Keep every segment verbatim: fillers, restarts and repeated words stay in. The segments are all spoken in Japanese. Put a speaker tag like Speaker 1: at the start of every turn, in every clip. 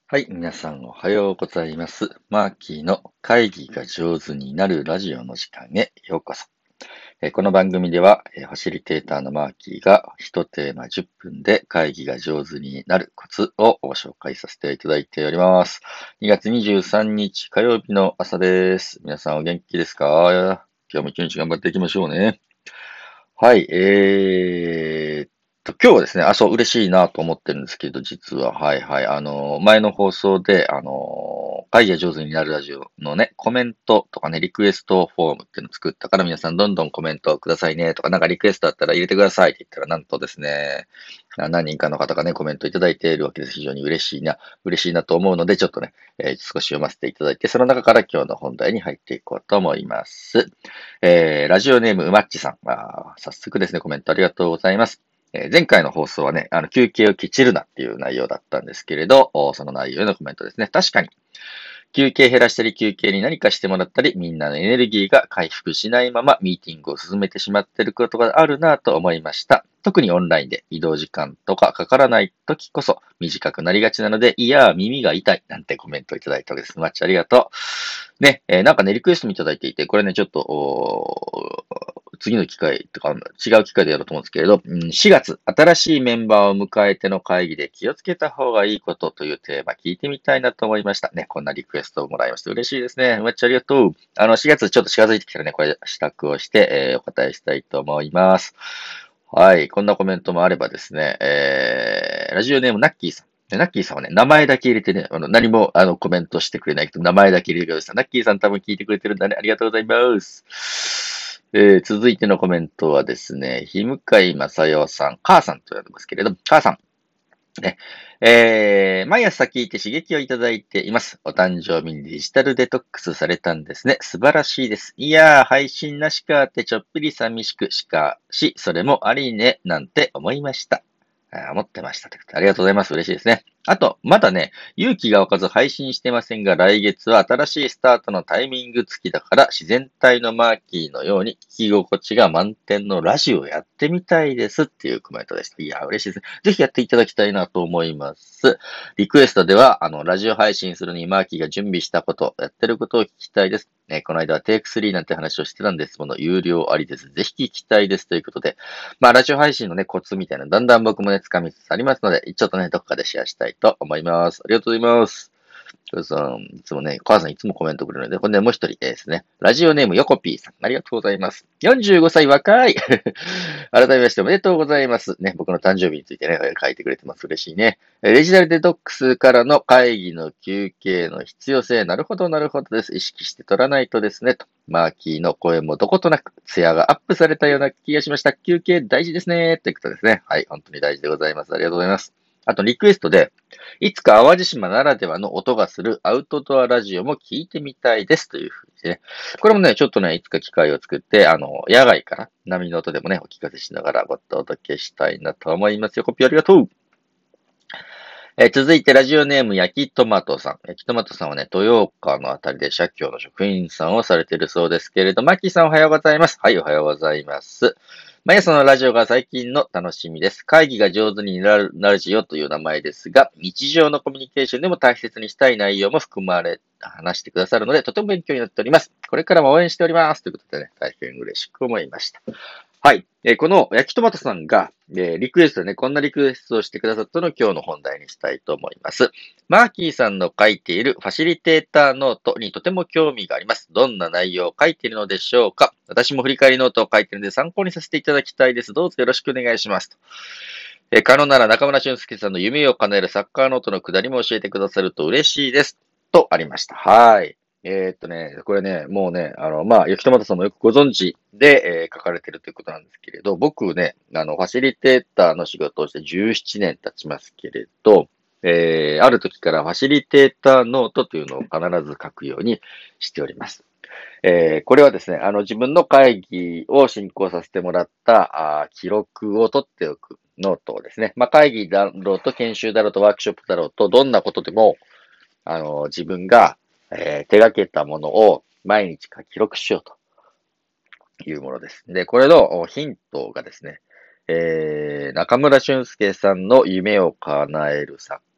Speaker 1: はい、皆さんおはようございます。マーキーの会議が上手になるラジオの時間へようこそ。えーこの番組では、えーファシリテーターのマーキーが一テーマじゅっぷんで会議が上手になるコツをご紹介させていただいております。にがつにじゅうさんにち火曜日の朝です。皆さんお元気ですか？今日も一日頑張っていきましょうね。はい、えーっと、今日はですね、あ、そう、嬉しいなと思ってるんですけど、実は、はいはい、あの、前の放送で、あの、会議が上手になるラジオのね、コメントとかね、リクエストフォームっていうのを作ったから皆さんどんどんコメントをくださいねとか、なんかリクエストあったら入れてくださいって言ったら、なんとですね、あ何人かの方がね、コメントいただいているわけです。非常に嬉しいな、嬉しいなと思うので、ちょっとね、えー少し読ませていただいて、その中から今日の本題に入っていこうと思います。えー、ラジオネームうまっちさん。あー早速ですね、コメントありがとうございます。えー前回の放送はね、あの、休憩をきちるなっていう内容だったんですけれど、おその内容へのコメントですね。確かに、休憩減らしたり休憩に何かしてもらったり、みんなのエネルギーが回復しないままミーティングを進めてしまっていることがあるなと思いました。特にオンラインで移動時間とかかからない時こそ短くなりがちなので、いやー耳が痛いなんてコメントをいただいたわけです。マッチありがとう。ね、えーなんかね、リクエストもいただいていて、これね、ちょっと、おー次の機会とか、違う機会でやろうと思うんですけれど、うんしがつ、新しいメンバーを迎えての会議で気をつけた方がいいことというテーマ聞いてみたいなと思いました。ね、こんなリクエストをもらいまして嬉しいですね。めっちゃありがとう。あの、しがつちょっと近づいてきたらね、これ支度をして、えーお答えしたいと思います。はい、こんなコメントもあればですね、えー、ラジオネームナッキーさん。でナッキーさんはね、名前だけ入れてね、あの、何も、あの、コメントしてくれないけど、名前だけ入れてください。ナッキーさん多分聞いてくれてるんだね。ありがとうございます。えー、続いてのコメントはですね、日向井正代さん、母さんと呼んでますけれども、母さん、ね、えー、毎朝聞いて刺激をいただいています。お誕生日にデジタルデトックスされたんですね。素晴らしいです。いやー、配信なしかってちょっぴり寂しくしかし、それもありね、なんて思いました。あ思ってました。ということでありがとうございます。嬉しいですね。あと、まだね、勇気が湧かず配信してませんが、来月は新しいスタートのタイミング付きだから、自然体のマーキーのように聞き心地が満点のラジオをやってみたいですっていうコメントでした。いや、嬉しいですね。ぜひやっていただきたいなと思います。リクエストでは、あの、ラジオ配信するにマーキーが準備したこと、やってることを聞きたいです。ね、この間はテイクスリーなんて話をしてたんですもの、有料ありです。ぜひ聞きたいですということで、まあ、ラジオ配信のね、コツみたいな、だんだん僕もね、掴みつつありますので、ちょっとね、どこかでシェアしたいと思います。ありがとうございます。母さん、いつもね、母さんいつもコメントくれるので、これね、もう一人ですね。ラジオネームヨコピーさん、ありがとうございます。よんじゅうごさい若い改めましておめでとうございます。ね、僕の誕生日についてね、書いてくれてます。嬉しいね。デジタルデトックスからの会議の休憩の必要性、なるほど、なるほどです。意識して取らないとですね、と。マーキーの声もどことなく、ツヤがアップされたような気がしました。休憩大事ですね。ということですね。はい、本当に大事でございます。ありがとうございます。あと、リクエストで、いつか淡路島ならではの音がするアウトドアラジオも聞いてみたいですというふうにね。これもね、ちょっとね、いつか機会を作って、あの、野外から波の音でもね、お聞かせしながらご届けしたいなと思いますよ。コピーありがとう。えー続いて、ラジオネーム、焼きトマトさん。焼きトマトさんはね、豊岡のあたりで社協の職員さんをされているそうですけれど、マキさんおはようございます。はい、おはようございます。毎朝のラジオが最近の楽しみです。会議が上手になるラジオという名前ですが、日常のコミュニケーションでも大切にしたい内容も含まれ、話してくださるので、とても勉強になっております。これからも応援しております。ということでね、大変嬉しく思いました。はい。えーこの焼きトマトさんが、えーリクエストでね、こんなリクエストをしてくださったのを今日の本題にしたいと思います。マーキーさんの書いているファシリテーターノートにとても興味があります。どんな内容を書いているのでしょうか？私も振り返りノートを書いているので参考にさせていただきたいです。どうぞよろしくお願いします。とえー可能なら中村俊介さんの夢を叶えるサッカーノートのくだりも教えてくださると嬉しいです。とありました。はい。えーっとね、これね、もうね、あの、まあ、雪トマトさんもよくご存知で、えー書かれてるということなんですけれど、僕ね、あの、ファシリテーターの仕事をしてじゅうななねん経ちますけれど、えー、ある時からファシリテーターノートというのを必ず書くようにしております。えー、これはですね、あの、自分の会議を進行させてもらった、あー記録を取っておくノートをですね、まあ、会議だろうと研修だろうとワークショップだろうと、どんなことでも、あの、自分が、えー手掛けたものを毎日記録しようというものです。で、これのヒントがですね、えー、中村俊介さんの夢を叶えるサッ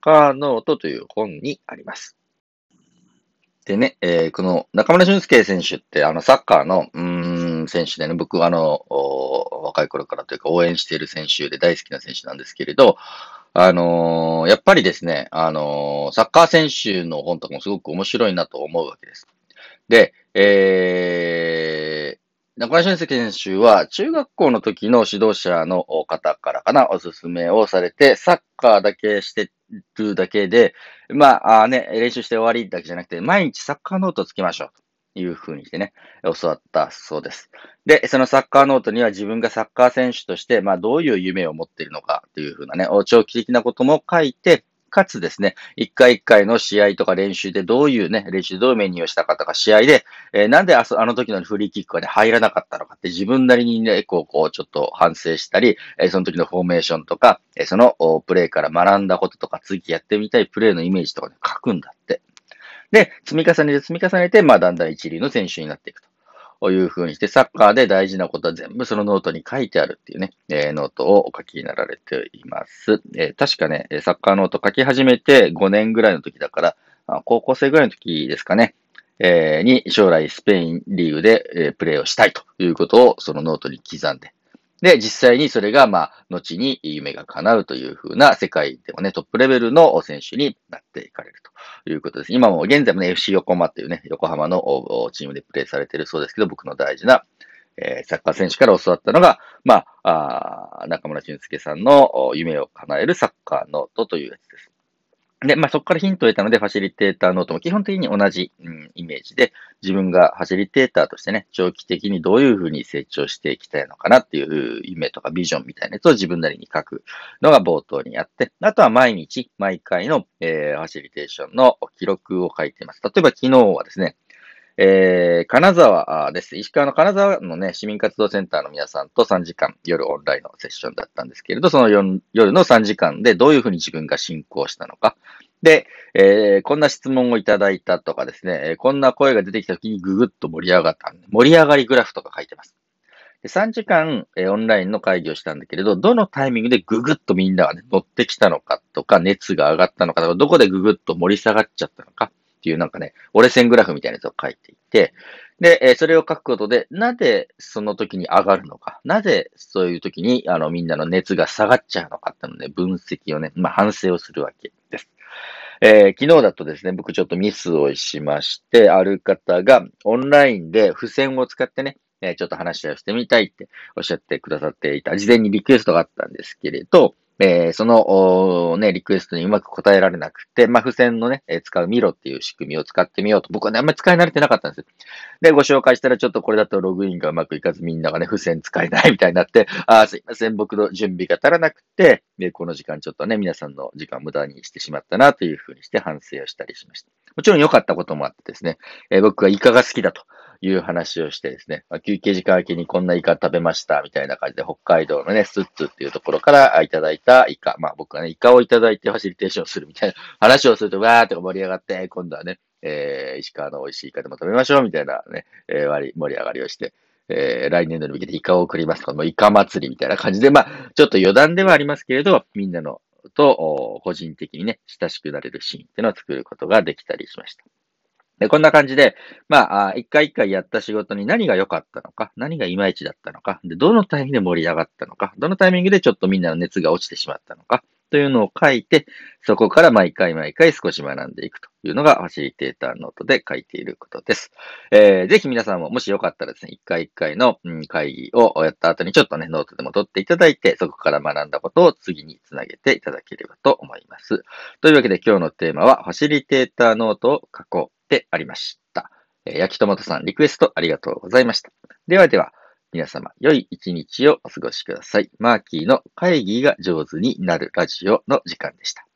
Speaker 1: カーノートという本にあります。でね、えーこの中村俊輔選手って、あの、サッカーの、うーん、選手でね、僕はあの、お若い頃からというか応援している選手で大好きな選手なんですけれど、あのーやっぱりですね、あのーサッカー選手の本とかもすごく面白いなと思うわけです。で、えー、中村俊輔選手は中学校の時の指導者の方からかな、おすすめをされて、サッカーだけしてるだけで、まあ、あーね、練習して終わりだけじゃなくて、毎日サッカーノートをつけましょう。という風にしてね、教わったそうです。で、そのサッカーノートには自分がサッカー選手として、まあ、どういう夢を持っているのかという風なね、長期的なことも書いて、かつですね、一回一回の試合とか練習でどういうね、練習でどういうメニューをしたかとか、試合で、えーなんであそあの時のフリーキックがね、入らなかったのかって自分なりにね、こう、こう、ちょっと反省したり、えーその時のフォーメーションとか、えーそのおプレーから学んだこととか、次やってみたいプレーのイメージとかね、書くんだって。で、積み重ねて積み重ねて、まあ、だんだん一流の選手になっていくと。こういう風にして、サッカーで大事なことは全部そのノートに書いてあるっていうね、えーノートをお書きになられています。えー確かね、サッカーノート書き始めてごねんぐらいの時だから、あ高校生ぐらいの時ですかね、えーに将来スペインリーグで、えープレーをしたいということをそのノートに刻んで、で、実際にそれが、まあ、後に夢が叶うというふうな世界でもね、トップレベルの選手になっていかれるということです。今も現在もね、エフシー 横浜っていうね、横浜のチームでプレーされているそうですけど、僕の大事な、えーサッカー選手から教わったのが、まあ、あ中村俊輔さんの夢を叶えるサッカーノートというやつです。で、まあ、そこからヒントを得たので、ファシリテーターノートも基本的に同じ、うん、イメージで、自分がファシリテーターとしてね、長期的にどういうふうに成長していきたいのかなっていう夢とかビジョンみたいなやつを自分なりに書くのが冒頭にあって、あとは毎日、毎回の、えー、ファシリテーションの記録を書いています。例えば昨日はですね、えー、金沢です。石川の金沢のね、市民活動センターの皆さんとさんじかん夜オンラインのセッションだったんですけれど、その夜夜のさんじかんでどういうふうに自分が進行したのか。で、えーこんな質問をいただいたとかですね、えーこんな声が出てきた時にぐぐっと盛り上がった。盛り上がりグラフとか書いてます。でさんじかん、えーオンラインの会議をしたんだけれど、どのタイミングでぐぐっとみんながね、乗ってきたのかとか、熱が上がったのかとか、どこでぐぐっと盛り下がっちゃったのかっていうなんかね、折れ線グラフみたいなやつを書いていて、で、えーそれを書くことで、なぜその時に上がるのか、なぜそういう時に、あの、みんなの熱が下がっちゃうのかっていうので、分析をね、まあ、反省をするわけです。えー昨日だとですね、僕ちょっとミスをしまして、ある方がオンラインで付箋を使ってね、えーちょっと話し合いをしてみたいっておっしゃってくださっていた、事前にリクエストがあったんですけれど、えーその、おーね、リクエストにうまく答えられなくて、まあ、付箋のね、えー使うミロっていう仕組みを使ってみようと、僕はね、あんまり使い慣れてなかったんですよ。で、ご紹介したらちょっとこれだとログインがうまくいかずみんながね、付箋使えないみたいになって、あーすいません、僕の準備が足らなくて、で、この時間ちょっとね、皆さんの時間を無駄にしてしまったなというふうにして反省をしたりしました。もちろん良かったこともあってですね、えー僕がイカが好きだという話をしてですね、まあ休憩時間明けにこんなイカ食べましたみたいな感じで北海道のね、スッツっていうところからいただいたイカ、まあ僕はね、イカをいただいてファシリテーションするみたいな話をするとわーって盛り上がって、今度はね、えー、石川の美味しいイカでも食べましょうみたいなね、えー、割盛り上がりをして、えー、来年度に向けてイカを送りますとか、もうイカ祭りみたいな感じで、まあ、ちょっと余談ではありますけれど、みんなのと個人的にね、親しくなれるシーンっていうのを作ることができたりしました。で、こんな感じで、まあ、一回一回やった仕事に何が良かったのか、何がいまいちだったのか、で、どのタイミングで盛り上がったのか、どのタイミングでちょっとみんなの熱が落ちてしまったのか、というのを書いて、そこから毎回毎回少し学んでいくというのがファシリテーターノートで書いていることです。えー、ぜひ皆さんももしよかったらですね、一回一回の、うん、会議をやった後にちょっとね、ノートでも取っていただいて、そこから学んだことを次につなげていただければと思います。というわけで今日のテーマは、ファシリテーターノートを書こうでありました。えー、焼きトマトさんリクエストありがとうございました。ではでは、皆様、良い一日をお過ごしください。マーキーの会議が上手になるラジオの時間でした。